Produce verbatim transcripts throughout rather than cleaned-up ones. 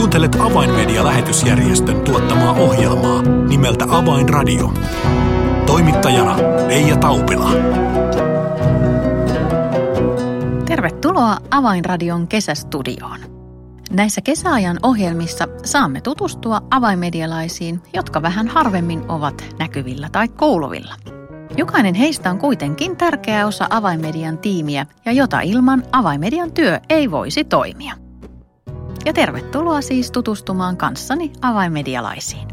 Kuuntelet Avainmedia-lähetysjärjestön tuottamaa ohjelmaa nimeltä Avainradio. Toimittajana Leija Taupila. Tervetuloa Avainradion kesästudioon. Näissä kesäajan ohjelmissa saamme tutustua avainmedialaisiin, jotka vähän harvemmin ovat näkyvillä tai kuuluvilla. Jokainen heistä on kuitenkin tärkeä osa Avainmedian tiimiä ja jota ilman Avainmedian työ ei voisi toimia. Ja tervetuloa siis tutustumaan kanssani avainmedialaisiin.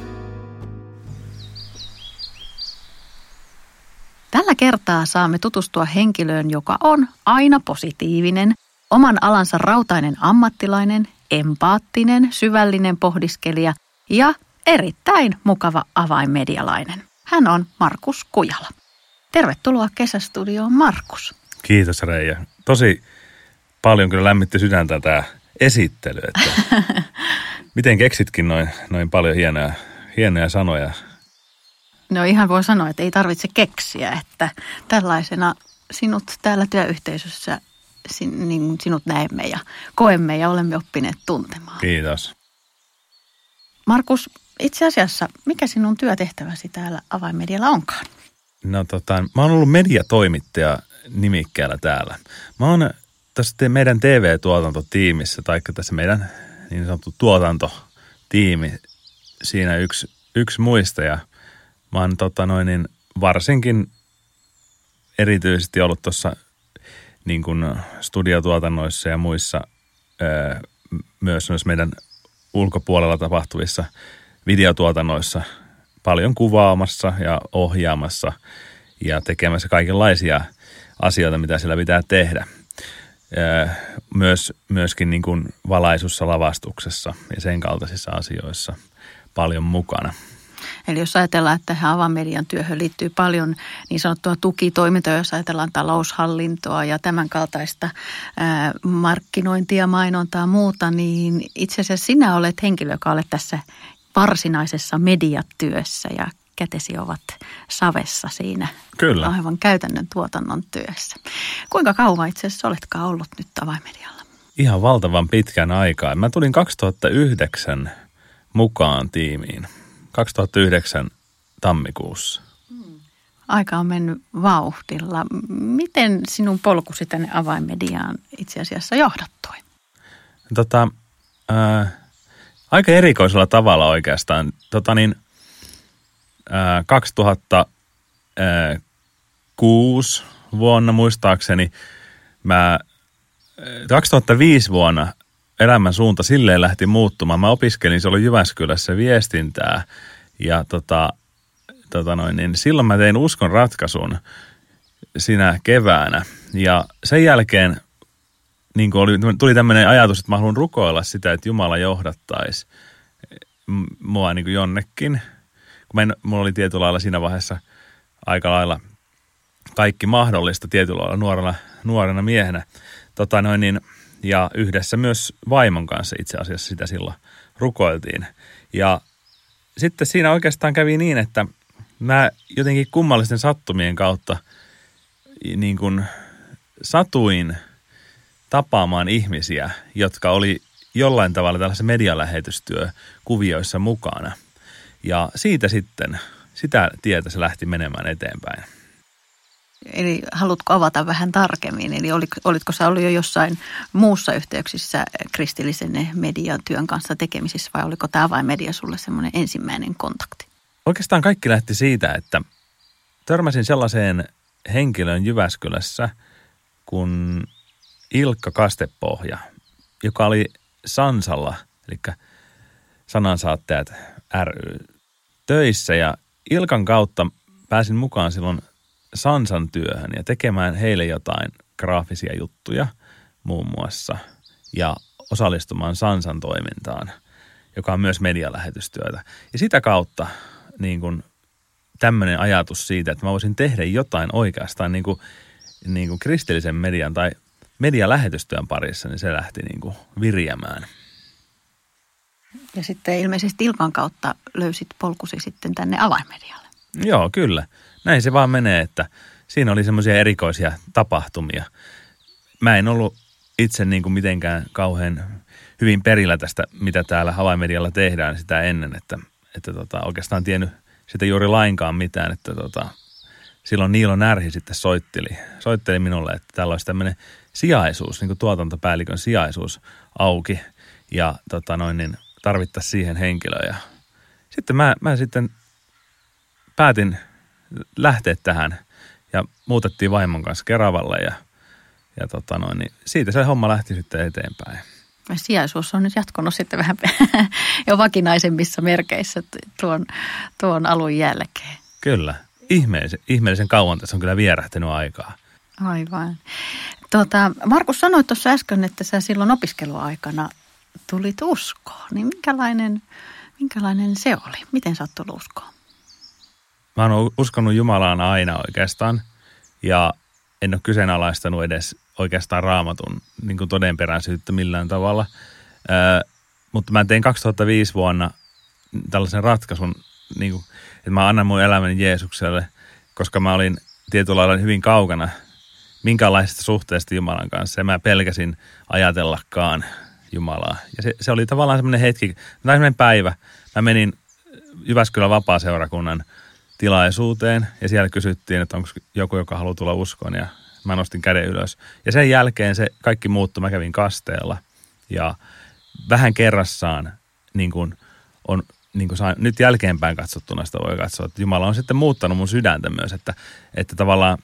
Tällä kertaa saamme tutustua henkilöön, joka on aina positiivinen, oman alansa rautainen ammattilainen, empaattinen, syvällinen pohdiskelija ja erittäin mukava avainmedialainen. Hän on Markus Kujala. Tervetuloa kesästudioon, Markus. Kiitos, Reija. Tosi paljon kyllä lämmitti sydäntä tämä esittely. Että miten keksitkin noin, noin paljon hienoja, hienoja sanoja? No ihan voi sanoa, että ei tarvitse keksiä, että tällaisena sinut täällä työyhteisössä sin, niin sinut näemme ja koemme ja olemme oppineet tuntemaan. Kiitos. Markus, itse asiassa mikä sinun työtehtäväsi täällä Avainmedialla onkaan? No tota, mä oon ollut mediatoimittaja nimikkeellä täällä. Mä oon tässä meidän T V-tuotantotiimissä, tai tässä meidän niin sanottu tuotantotiimi, siinä yksi, yksi muista. Ja mä oon tota noin, niin varsinkin erityisesti ollut tuossa niin kuin studiotuotannoissa ja muissa, öö, myös myös meidän ulkopuolella tapahtuvissa videotuotannoissa paljon kuvaamassa ja ohjaamassa ja tekemässä kaikenlaisia asioita, mitä siellä pitää tehdä. Myös, myöskin niin kuin valaisussa, lavastuksessa ja sen kaltaisissa asioissa paljon mukana. Eli jos ajatellaan, että tähän Avainmedian työhön liittyy paljon niin sanottua tukitoimintoa, jos ajatellaan taloushallintoa ja tämän kaltaista ää, markkinointia, mainontaa muuta, niin itse asiassa sinä olet henkilö, joka olet tässä varsinaisessa mediatyössä ja kätesi ovat savessa siinä. Kyllä. Aivan käytännön tuotannon työssä. Kuinka kauan itse asiassa oletkaan ollut nyt Avainmedialla? Ihan valtavan pitkän aikaa. Mä tulin kaksituhattayhdeksän mukaan tiimiin. kaksituhattayhdeksän tammikuussa. Aika on mennyt vauhdilla. Miten sinun polkusi tänne Avainmediaan itse asiassa johdattui? Tota, ää, aika erikoisella tavalla oikeastaan. Tota niin, ää, kaksituhattakuusi vuonna muistaakseni, mä kaksituhattaviisi vuonna elämän suunta silleen lähti muuttumaan. Mä opiskelin silloin Jyväskylässä viestintää ja tota, tota noin, niin silloin mä tein uskon ratkaisun siinä keväänä. Ja sen jälkeen niin oli, tuli tämmöinen ajatus, että mä haluan rukoilla sitä, että Jumala johdattaisi mua niin kuin jonnekin. Kun mä en, mulla oli tietyllä lailla siinä vaiheessa aika lailla kaikki mahdollista tietyllä lailla nuorena, nuorena miehenä. Tota noin niin, ja yhdessä myös vaimon kanssa itse asiassa sitä silloin rukoiltiin. Ja sitten siinä oikeastaan kävi niin, että mä jotenkin kummallisten sattumien kautta niin kuin satuin tapaamaan ihmisiä, jotka oli jollain tavalla tällaisessa medialähetystyökuvioissa mukana. Ja siitä sitten, sitä tietä se lähti menemään eteenpäin. Eli haluatko avata vähän tarkemmin? Eli olitko, olitko sä ollut jo jossain muussa yhteyksissä kristillisen median työn kanssa tekemisissä vai oliko tämä Avainmedia sulle semmoinen ensimmäinen kontakti? Oikeastaan kaikki lähti siitä, että törmäsin sellaiseen henkilön Jyväskylässä kuin Ilkka Kastepohja, joka oli Sansalla, eli Sanansaattajat ry töissä ja Ilkan kautta pääsin mukaan silloin Sansan työhön ja tekemään heille jotain graafisia juttuja muun muassa ja osallistumaan Sansan toimintaan, joka on myös medialähetystyötä. Ja sitä kautta niin kuin tämmöinen ajatus siitä, että mä voisin tehdä jotain oikeastaan niin kuin, niin kuin kristillisen median tai medialähetystyön parissa, niin se lähti niin kuin viriämään. Ja sitten ilmeisesti Ilkan kautta löysit polkusi sitten tänne Avainmedialle. Joo, kyllä. Näin se vaan menee, että siinä oli semmoisia erikoisia tapahtumia. Mä en ollut itse niin kuin mitenkään kauhean hyvin perillä tästä, mitä täällä Avainmedialla tehdään sitä ennen, että, että tota, oikeastaan tiennyt sitä juuri lainkaan mitään, että tota, silloin Niilo Närhi sitten soitteli, soitteli minulle, että täällä olisi tämmöinen sijaisuus, niin kuin tuotantopäällikön sijaisuus auki ja tota noin, niin tarvittaisiin siihen henkilöä. Ja sitten mä, mä sitten päätin lähteä tähän ja muutettiin vaimon kanssa Keravalle ja, ja tota noin, niin siitä se homma lähti sitten eteenpäin. Sijaisuus on nyt jatkunut sitten vähän jo vakinaisemmissa merkeissä tuon, tuon alun jälkeen. Kyllä. Ihmeellisen, ihmeellisen kauan tässä on kyllä vierähtänyt aikaa. Aivan. Tuota, Markus, sanoit tuossa äsken, että sä silloin opiskeluaikana tulit uskoon. Niin minkälainen, minkälainen se oli? Miten sä oot tullut uskoon? Mä oon uskonut Jumalaan aina oikeastaan ja en ole kyseenalaistanut edes oikeastaan Raamatun niin kuin todenperäisyyttä millään tavalla. Ö, mutta mä tein kaksituhattaviisi vuonna tällaisen ratkaisun, niin kuin, että mä annan mun elämäni Jeesukselle, koska mä olin tietyllä lailla hyvin kaukana minkälaisesta suhteesta Jumalan kanssa. Ja mä pelkäsin ajatellakaan Jumalaa. Ja se, se oli tavallaan semmoinen hetki, tai semmoinen päivä. Mä menin Jyväskylän vapaaseurakunnan tilaisuuteen ja siellä kysyttiin, että onko joku, joka haluaa tulla uskoon ja mä nostin käden ylös. Ja sen jälkeen se kaikki muuttui. Mä kävin kasteella ja vähän kerrassaan niin kuin on, niin kuin saan, nyt jälkeenpäin katsottuna sitä voi katsoa, että Jumala on sitten muuttanut mun sydäntä myös, että, että tavallaan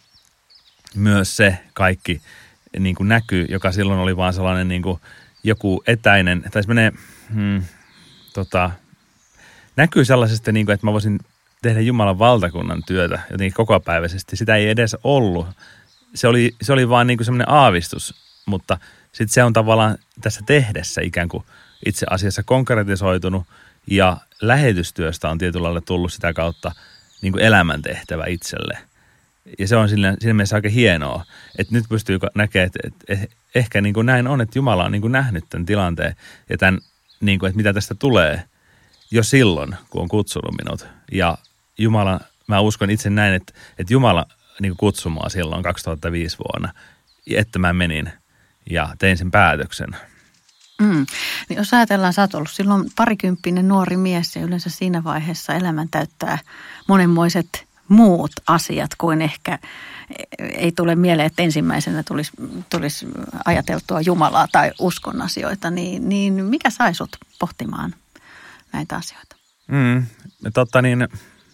myös se kaikki niin kuin näkyy, joka silloin oli vaan sellainen niin kuin joku etäinen, tai semmoinen, hmm, tota, näkyy sellaisesta, niin kuin, että mä voisin tehdä Jumalan valtakunnan työtä jotenkin kokopäiväisesti. Sitä ei edes ollut. Se oli, se oli vaan niin kuin semmoinen aavistus, mutta sitten se on tavallaan tässä tehdessä ikään kuin itse asiassa konkretisoitunut ja lähetystyöstä on tietyllä lailla tullut sitä kautta niin kuin elämäntehtävä itselle. Ja se on siinä, siinä mielessä aika hienoa, että nyt pystyy näkemään, että, että ehkä niin kuin näin on, että Jumala on niin kuin nähnyt tämän tilanteen ja tämän, niin kuin, että mitä tästä tulee jo silloin, kun on kutsunut minut. Ja Jumala, mä uskon itse näin, että, että Jumala niin kuin kutsumaan silloin kaksituhattaviisi vuonna, että mä menin ja tein sen päätöksen. Mm. Niin jos ajatellaan, sä oot ollut silloin parikymppinen nuori mies ja yleensä siinä vaiheessa elämän täyttää monenmoiset muut asiat kuin ehkä ei tule mieleen, että ensimmäisenä tulisi, tulisi ajateltua Jumalaa tai uskon asioita, niin, niin mikä sai sut pohtimaan näitä asioita? Mm. Totta niin,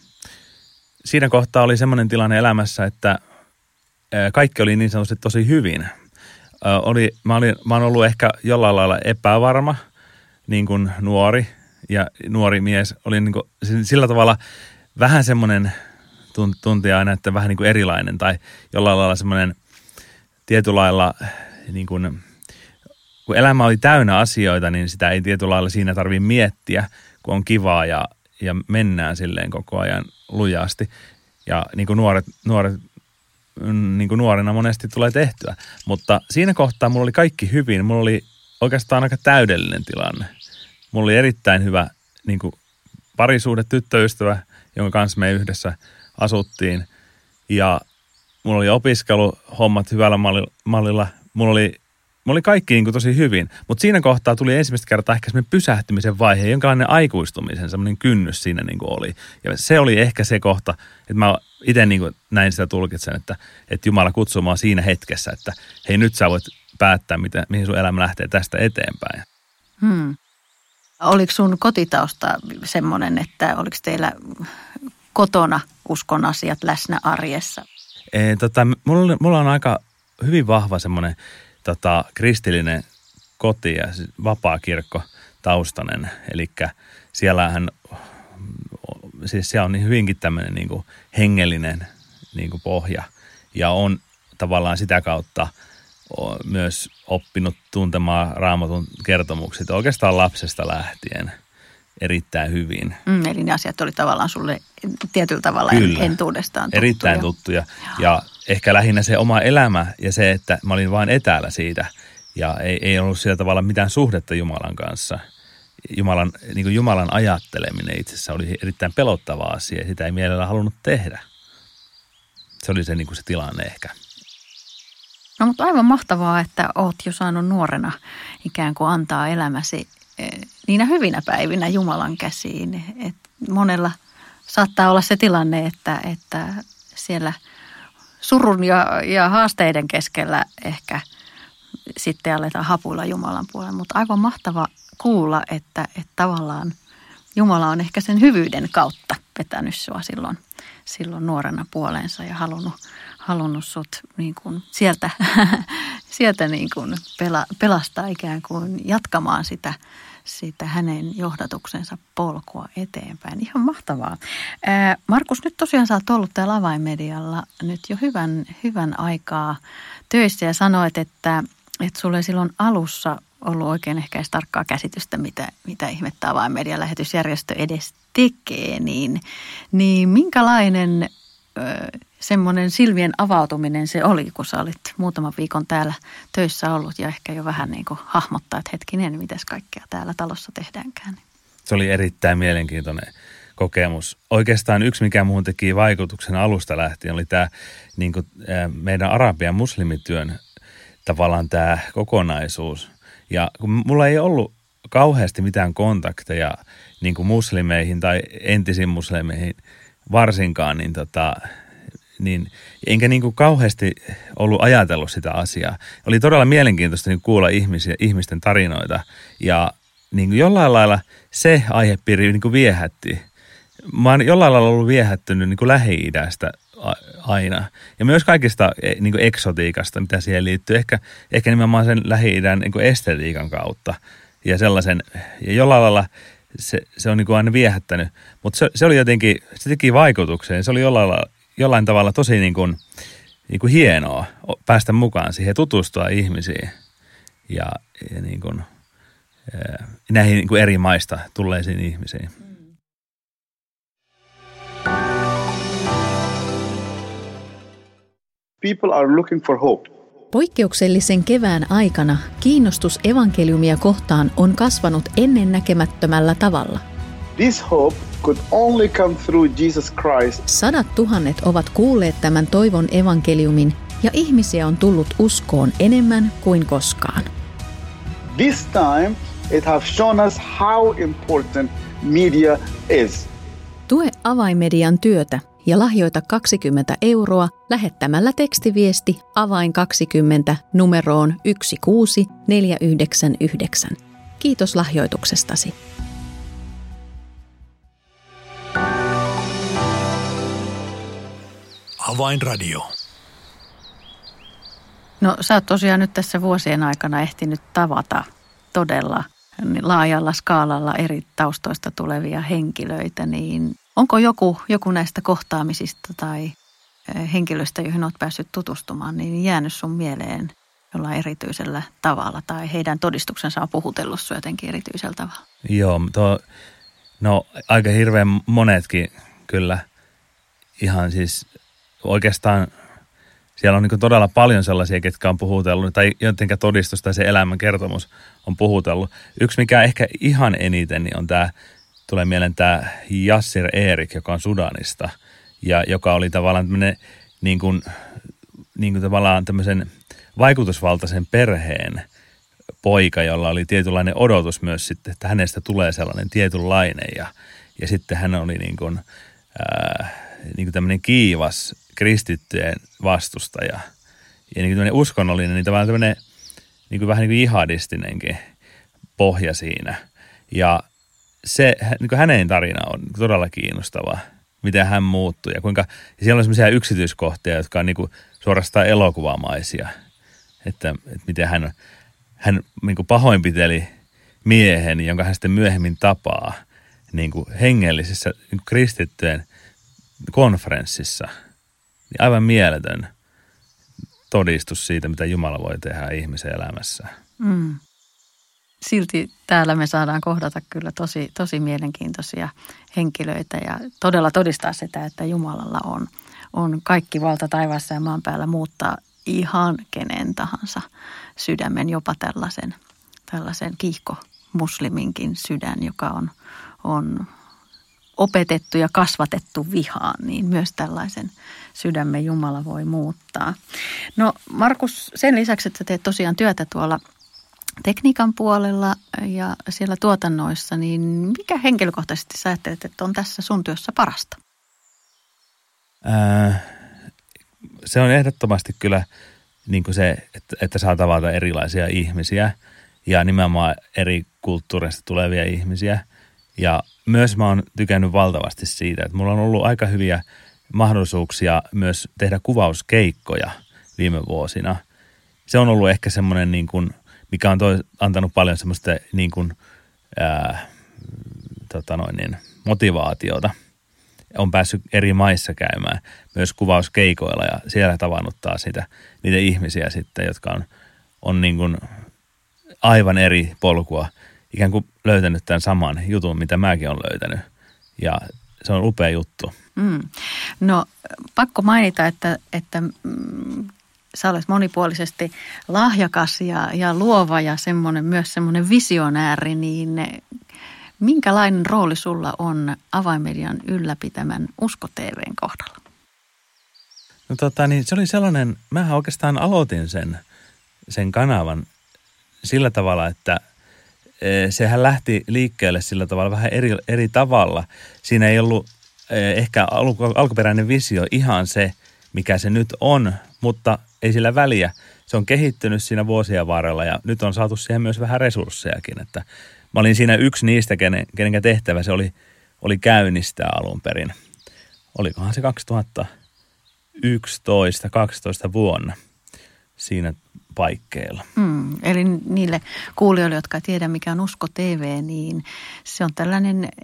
siinä kohtaa oli semmoinen tilanne elämässä, että kaikki oli niin sanotusti tosi hyvin. Oli, mä, olin, mä olen ollut ehkä jollain lailla epävarma, niin kuin nuori ja nuori mies. Oli niin kuin sillä tavalla vähän semmoinen tunti aina, että vähän niin kuin erilainen tai jollain lailla semmoinen tietyllä lailla, niin kuin, kun elämä oli täynnä asioita, niin sitä ei tietyllä lailla siinä tarvitse miettiä, kun on kivaa ja, ja mennään silleen koko ajan lujasti. Ja niin kuin nuoret, nuoret niin kuin nuorena monesti tulee tehtyä. Mutta siinä kohtaa mulla oli kaikki hyvin. Mulla oli oikeastaan aika täydellinen tilanne. Mulla oli erittäin hyvä niin kuin parisuhde, tyttöystävä, jonka kanssa me yhdessä asuttiin. Ja mulla oli opiskeluhommat hyvällä mallilla. Mulla oli, mulla oli kaikki niin kuin tosi hyvin. Mutta siinä kohtaa tuli ensimmäistä kertaa ehkä semmoinen pysähtymisen vaihe, jonkinlainen aikuistumisen, semmoinen kynnys siinä niin kuin oli. Ja se oli ehkä se kohta, että mä itse niin kuin näin sitä tulkitsen, että, että Jumala kutsuu mua siinä hetkessä, että hei, nyt sä voit päättää, mitä, mihin sun elämä lähtee tästä eteenpäin. Hmm. Oliko sun kotitausta semmoinen, että oliko teillä kotona uskon asiat läsnä arjessa? E, tota, mulla, mulla on aika hyvin vahva semmoinen tota, kristillinen koti ja vapaakirkko taustainen, eli siellähän siis se on niin hyvinkin tämmöinen niin kuin hengellinen niin kuin pohja ja on tavallaan sitä kautta myös oppinut tuntemaan Raamatun kertomukset oikeastaan lapsesta lähtien erittäin hyvin. Mm, eli ne asiat oli tavallaan sulle tietyllä tavalla Kyllä. entuudestaan tuttuja. Erittäin tuttuja ja ehkä lähinnä se oma elämä ja se, että mä olin vain etäällä siitä ja ei, ei ollut sillä tavalla mitään suhdetta Jumalan kanssa. Jumalan, niin kuin Jumalan ajatteleminen itse asiassa oli erittäin pelottava asia. Sitä ei mielellä halunnut tehdä. Se oli se, niin kuin se tilanne ehkä. No mutta aivan mahtavaa, että oot jo saanut nuorena ikään kuin antaa elämäsi niinä hyvinä päivinä Jumalan käsiin. Et monella saattaa olla se tilanne, että, että siellä surun ja, ja haasteiden keskellä ehkä sitten aletaan hapuilla Jumalan puolella. Mutta aivan mahtava kuulla, että, että tavallaan Jumala on ehkä sen hyvyyden kautta vetänyt sua silloin, silloin nuorena puoleensa ja halunnut, halunnut sut niin kuin sieltä, sieltä niin kuin pela, pelastaa ikään kuin jatkamaan sitä, sitä hänen johdatuksensa polkua eteenpäin. Ihan mahtavaa. Ää, Markus, nyt tosiaan sä oot ollut täällä Avainmedialla nyt jo hyvän, hyvän aikaa töissä ja sanoit, että, että sulla ei silloin alussa ollut oikein ehkä edes tarkkaa käsitystä, mitä, mitä ihmettä Avainmedian lähetysjärjestö edes tekee, niin, niin minkälainen ö, semmoinen silmien avautuminen se oli, kun sä olit muutaman viikon täällä töissä ollut ja ehkä jo vähän niin kuin hahmottaa, että hetkinen, mitäs kaikkea täällä talossa tehdäänkään. Se oli erittäin mielenkiintoinen kokemus. Oikeastaan yksi, mikä muuhun teki vaikutuksen alusta lähtien, oli tämä niin kuin, meidän arabian muslimityön tavallaan tämä kokonaisuus. Ja kun mulla ei ollut kauheasti mitään kontakteja niin kuin muslimeihin tai entisiin muslimeihin varsinkaan, niin, tota, niin enkä niin kuin kauheasti ollut ajatellut sitä asiaa. Oli todella mielenkiintoista niin kuulla ihmisiä, ihmisten tarinoita ja niin kuin jollain lailla se aihepiiri niin kuin viehätti. Mä oon jollain lailla ollut viehättynyt niin kuin Lähi-idästä aina. Ja myös kaikista niin kuin eksotiikasta, mitä siihen liittyy. Ehkä, ehkä nimenomaan sen Lähi-idän niin kuin estetiikan kautta. Ja sellaisen, ja jollain lailla se, se on niin kuin aina viehättänyt. Mutta se, se oli jotenkin, se teki vaikutukseen. Se oli jollain, jollain tavalla tosi niin kuin, niin kuin hienoa päästä mukaan siihen, tutustua ihmisiin. Ja, ja niin kuin, näihin niin kuin eri maista tulleisiin ihmisiin. People are looking for hope. Poikkeuksellisen kevään aikana kiinnostus evankeliumia kohtaan on kasvanut ennennäkemättömällä tavalla. This hope could only come through Jesus Christ. Sadat tuhannet ovat kuulleet tämän toivon evankeliumin ja ihmisiä on tullut uskoon enemmän kuin koskaan. This time it has shown us how important media is. Tue Avainmedian työtä ja lahjoita kaksikymmentä euroa lähettämällä tekstiviesti avain kaksikymmentä numeroon yksi kuusi neljä yhdeksän yhdeksän. Kiitos lahjoituksestasi. Avainradio. No sä oot tosiaan nyt tässä vuosien aikana ehtinyt tavata todella laajalla skaalalla eri taustoista tulevia henkilöitä, niin onko joku, joku näistä kohtaamisista tai henkilöistä, joihin olet päässyt tutustumaan, niin jäänyt sun mieleen jollain erityisellä tavalla tai heidän todistuksensa on puhutellut sun jotenkin erityisellä tavalla? Joo, tuo, no aika hirveän monetkin kyllä ihan siis oikeastaan siellä on niin todella paljon sellaisia, ketkä on puhutellut tai jotenkin todistus tai se elämän kertomus on puhutellut. Yksi mikä ehkä ihan eniten niin on tämä, tulee mieleen tämä Yassir Erik, joka on Sudanista ja joka oli tavallaan tämmöinen niin kuin, niin kuin tavallaan tämmöisen vaikutusvaltaisen perheen poika, jolla oli tietynlainen odotus myös sitten, että hänestä tulee sellainen tietynlainen ja, ja sitten hän oli niin kuin, ää, niin kuin tämmöinen kiivas kristittyjen vastustaja ja niin kuin tämmöinen uskonnollinen, niin tavallaan tämmöinen niin kuin vähän niin kuin jihadistinenkin pohja siinä ja se, niin kuin hänen tarina on todella kiinnostava, miten hän muuttui ja kuinka, ja siellä on sellaisia yksityiskohtia, jotka on niin kuin suorastaan elokuvamaisia, että, että miten hän, hän niin kuin pahoinpiteli miehen, jonka hän sitten myöhemmin tapaa niin kuin hengellisessä niin kuin kristittyjen konferenssissa. Niin aivan mieletön todistus siitä, mitä Jumala voi tehdä ihmisen elämässä. Mm. Silti täällä me saadaan kohdata kyllä tosi, tosi mielenkiintoisia henkilöitä ja todella todistaa sitä, että Jumalalla on, on kaikki valta taivaassa ja maan päällä muuttaa ihan kenen tahansa sydämen, jopa tällaisen, tällaisen kiihko-musliminkin sydän, joka on, on opetettu ja kasvatettu vihaan, niin myös tällaisen sydämen Jumala voi muuttaa. No Markus, sen lisäksi, että teet tosiaan työtä tuolla tekniikan puolella ja siellä tuotannoissa, niin mikä henkilökohtaisesti sä ajattelet, että on tässä sun työssä parasta? Ää, se on ehdottomasti kyllä niin kuin se, että, että saa tavata erilaisia ihmisiä ja nimenomaan eri kulttuureista tulevia ihmisiä. Ja myös mä oon tykännyt valtavasti siitä, että mulla on ollut aika hyviä mahdollisuuksia myös tehdä kuvauskeikkoja viime vuosina. Se on ollut ehkä semmoinen, niin kuin, mikä on toi, antanut paljon semmoista niin kuin, ää, tota noin niin, motivaatiota. On päässyt eri maissa käymään myös kuvauskeikoilla ja siellä tavannut taas niitä, niitä ihmisiä sitten, jotka on, on niin kuin aivan eri polkua, ikään kuin löytänyt tämän saman jutun, mitä mäkin olen löytänyt. Ja se on upea juttu. Mm. No pakko mainita, että, että mm, sä olet monipuolisesti lahjakas ja, ja luova ja semmoinen, myös semmoinen visionääri, niin minkälainen rooli sulla on Avainmedian ylläpitämän Usko T V:n kohdalla? No tota niin, se oli sellainen, mähän oikeastaan aloitin sen, sen kanavan sillä tavalla, että sehän lähti liikkeelle sillä tavalla vähän eri, eri tavalla. Siinä ei ollut ehkä alku, alkuperäinen visio ihan se, mikä se nyt on, mutta ei sillä väliä. Se on kehittynyt siinä vuosien varrella ja nyt on saatu siihen myös vähän resurssejakin. Että mä olin siinä yksi niistä, kenen, kenenkä tehtävä se oli, oli käynnistää alun perin. Olikohan se kaksituhattayksitoista kaksitoista vuonna siinä paikkeilla. Mm, eli niille kuulijoille, jotka ei tiedä mikä on Usko T V, niin se on tällainen äh,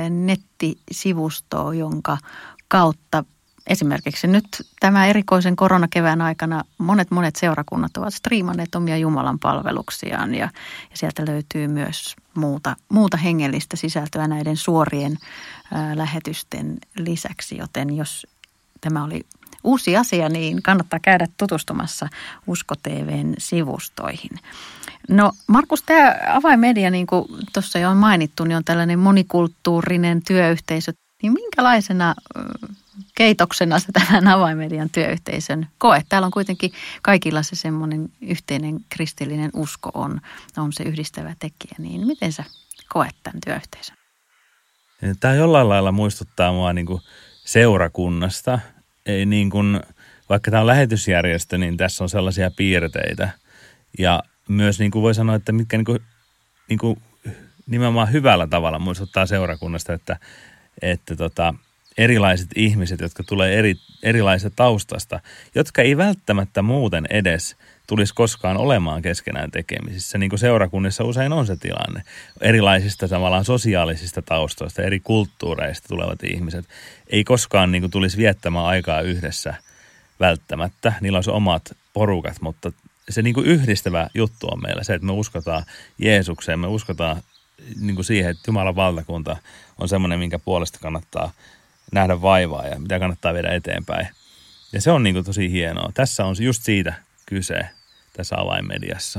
nettisivusto, jonka kautta esimerkiksi nyt tämä erikoisen koronakevään aikana monet monet seurakunnat ovat striimanneet omia Jumalan palveluksiaan ja, ja sieltä löytyy myös muuta, muuta hengellistä sisältöä näiden suorien ää, lähetysten lisäksi, joten jos tämä oli uusi asia, niin kannattaa käydä tutustumassa Usko T V:n sivustoihin. No Markus, tämä Avainmedia, niin kuin tuossa jo on mainittu, niin on tällainen monikulttuurinen työyhteisö. Niin minkälaisena keitoksena se tämän Avainmedian työyhteisön koet? Täällä on kuitenkin kaikilla se semmoinen yhteinen kristillinen usko on, on se yhdistävä tekijä. Niin miten sä koet tämän työyhteisön? Tämä jollain lailla muistuttaa mua niin kuin seurakunnasta. Ei niin kuin, vaikka tämä on lähetysjärjestö, niin tässä on sellaisia piirteitä. Ja myös niin kuin voi sanoa, että mitkä niin kuin, niin kuin nimenomaan hyvällä tavalla muistuttaa seurakunnasta, että, että tota, erilaiset ihmiset, jotka tulee eri, erilaisesta taustasta, jotka ei välttämättä muuten edes tulisi koskaan olemaan keskenään tekemisissä. Niin kuin seurakunnissa usein on se tilanne. Erilaisista tavallaan sosiaalisista taustoista, eri kulttuureista tulevat ihmiset ei koskaan niin kuin tulisi viettämään aikaa yhdessä välttämättä. Niillä on se omat porukat, mutta se niin kuin yhdistävä juttu on meillä se, että me uskotaan Jeesukseen, me uskotaan niin kuin siihen, että Jumalan valtakunta on semmoinen, minkä puolesta kannattaa nähdä vaivaa ja mitä kannattaa viedä eteenpäin. Ja se on niin kuin tosi hienoa. Tässä on just siitä kyse tässä Avainmediassa.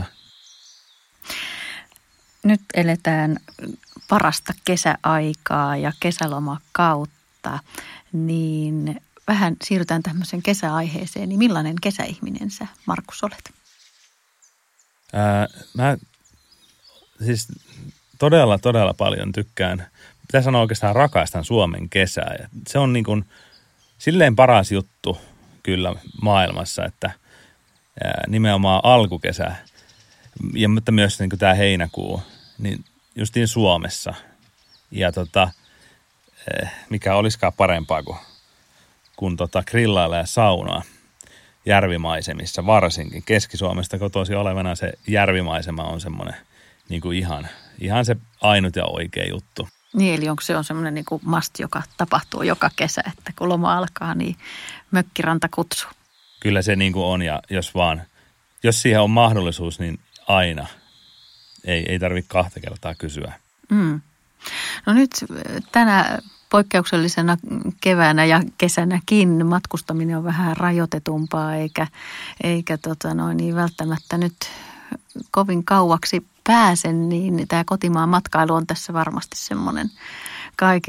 Nyt eletään parasta kesäaikaa ja kesälomakautta, niin vähän siirrytään tämmöiseen kesäaiheeseen. Niin millainen kesäihminen sä, Markus, olet? Ää, mä siis todella, todella paljon tykkään, pitää sanoa oikeastaan rakastan Suomen kesää. Ja se on niin kuin silleen paras juttu kyllä maailmassa, että ää, nimenomaan alkukesä, ja mutta myös niin kuin tämä heinäkuu, niin justiin Suomessa. Ja tota, mikä olisikaan parempaa kuin, kuin tota grillailla ja saunaa järvimaisemissa, varsinkin Keski-Suomesta kotoisin olevana se järvimaisema on semmoinen niin kuin ihan, ihan se ainut ja oikea juttu. Niin, eli onko se on semmoinen niin kuin must, joka tapahtuu joka kesä, että kun loma alkaa, niin mökkiranta kutsuu? Kyllä se niin kuin on, ja jos vaan, jos siihen on mahdollisuus, niin aina. Ei, ei tarvitse kahta kertaa kysyä. Mm. No nyt tänä poikkeuksellisena keväänä ja kesänäkin matkustaminen on vähän rajoitetumpaa, eikä, eikä tota noin, niin välttämättä nyt kovin kauaksi pääse, niin tämä kotimaan matkailu on tässä varmasti semmoinen kaikille,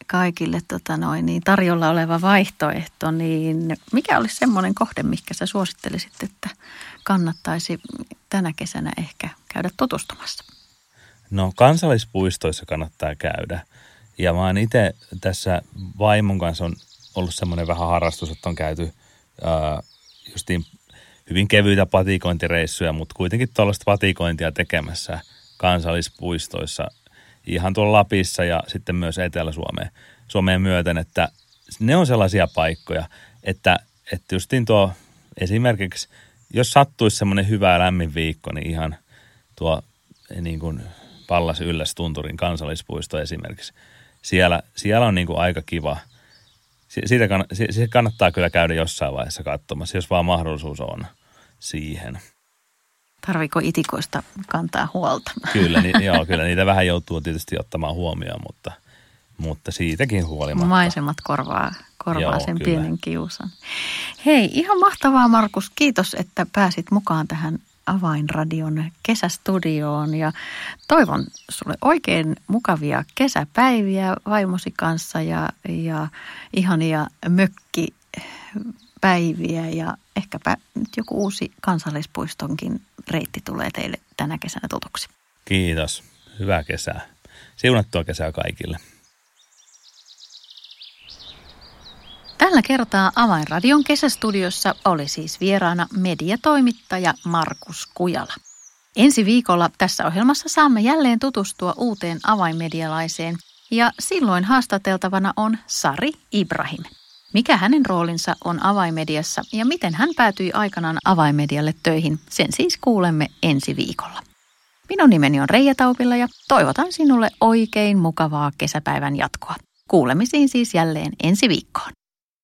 kaikille tota noin, niin tarjolla oleva vaihtoehto, niin mikä olisi semmoinen kohde, mikä sä suosittelisit, että kannattaisi tänä kesänä ehkä käydä tutustumassa? No kansallispuistoissa kannattaa käydä. Ja mä oon itse tässä vaimon kanssa on ollut semmoinen vähän harrastus, että on käyty ää, justiin hyvin kevyitä patikointireissuja, mutta kuitenkin tuollaista patikointia tekemässä kansallispuistoissa ihan tuolla Lapissa ja sitten myös Etelä-Suomeen Suomeen myöten, että ne on sellaisia paikkoja, että, että justiin tuo esimerkiksi, jos sattuisi semmoinen hyvä lämmin viikko, niin ihan tuo niin kuin Pallas Yllästunturin kansallispuisto esimerkiksi, siellä, siellä on niin kuin aika kiva. Siitä kann, siitä kannattaa kyllä käydä jossain vaiheessa katsomassa, jos vaan mahdollisuus on siihen. Tarviiko itikoista kantaa huolta? Kyllä, ni, joo, kyllä niitä vähän joutuu tietysti ottamaan huomioon, mutta, mutta siitäkin huolimatta. Maisemat korvaa, korvaa joo, sen kyllä. pienen kiusan. Hei, ihan mahtavaa Markus. Kiitos, että pääsit mukaan tähän Avainradion kesästudioon ja toivon sulle oikein mukavia kesäpäiviä vaimosi kanssa ja, ja ihania mökkipäiviä ja ehkäpä nyt joku uusi kansallispuistonkin reitti tulee teille tänä kesänä tutuksi. Kiitos. Hyvää kesää. Siunattua kesää kaikille. Tällä kertaa Avainradion kesästudiossa oli siis vieraana mediatoimittaja Markus Kujala. Ensi viikolla tässä ohjelmassa saamme jälleen tutustua uuteen avainmedialaiseen ja silloin haastateltavana on Sari Ibrahim. Mikä hänen roolinsa on avainmediassa ja miten hän päätyi aikanaan avainmedialle töihin, sen siis kuulemme ensi viikolla. Minun nimeni on Reija Taupila ja toivotan sinulle oikein mukavaa kesäpäivän jatkoa. Kuulemisiin siis jälleen ensi viikkoon.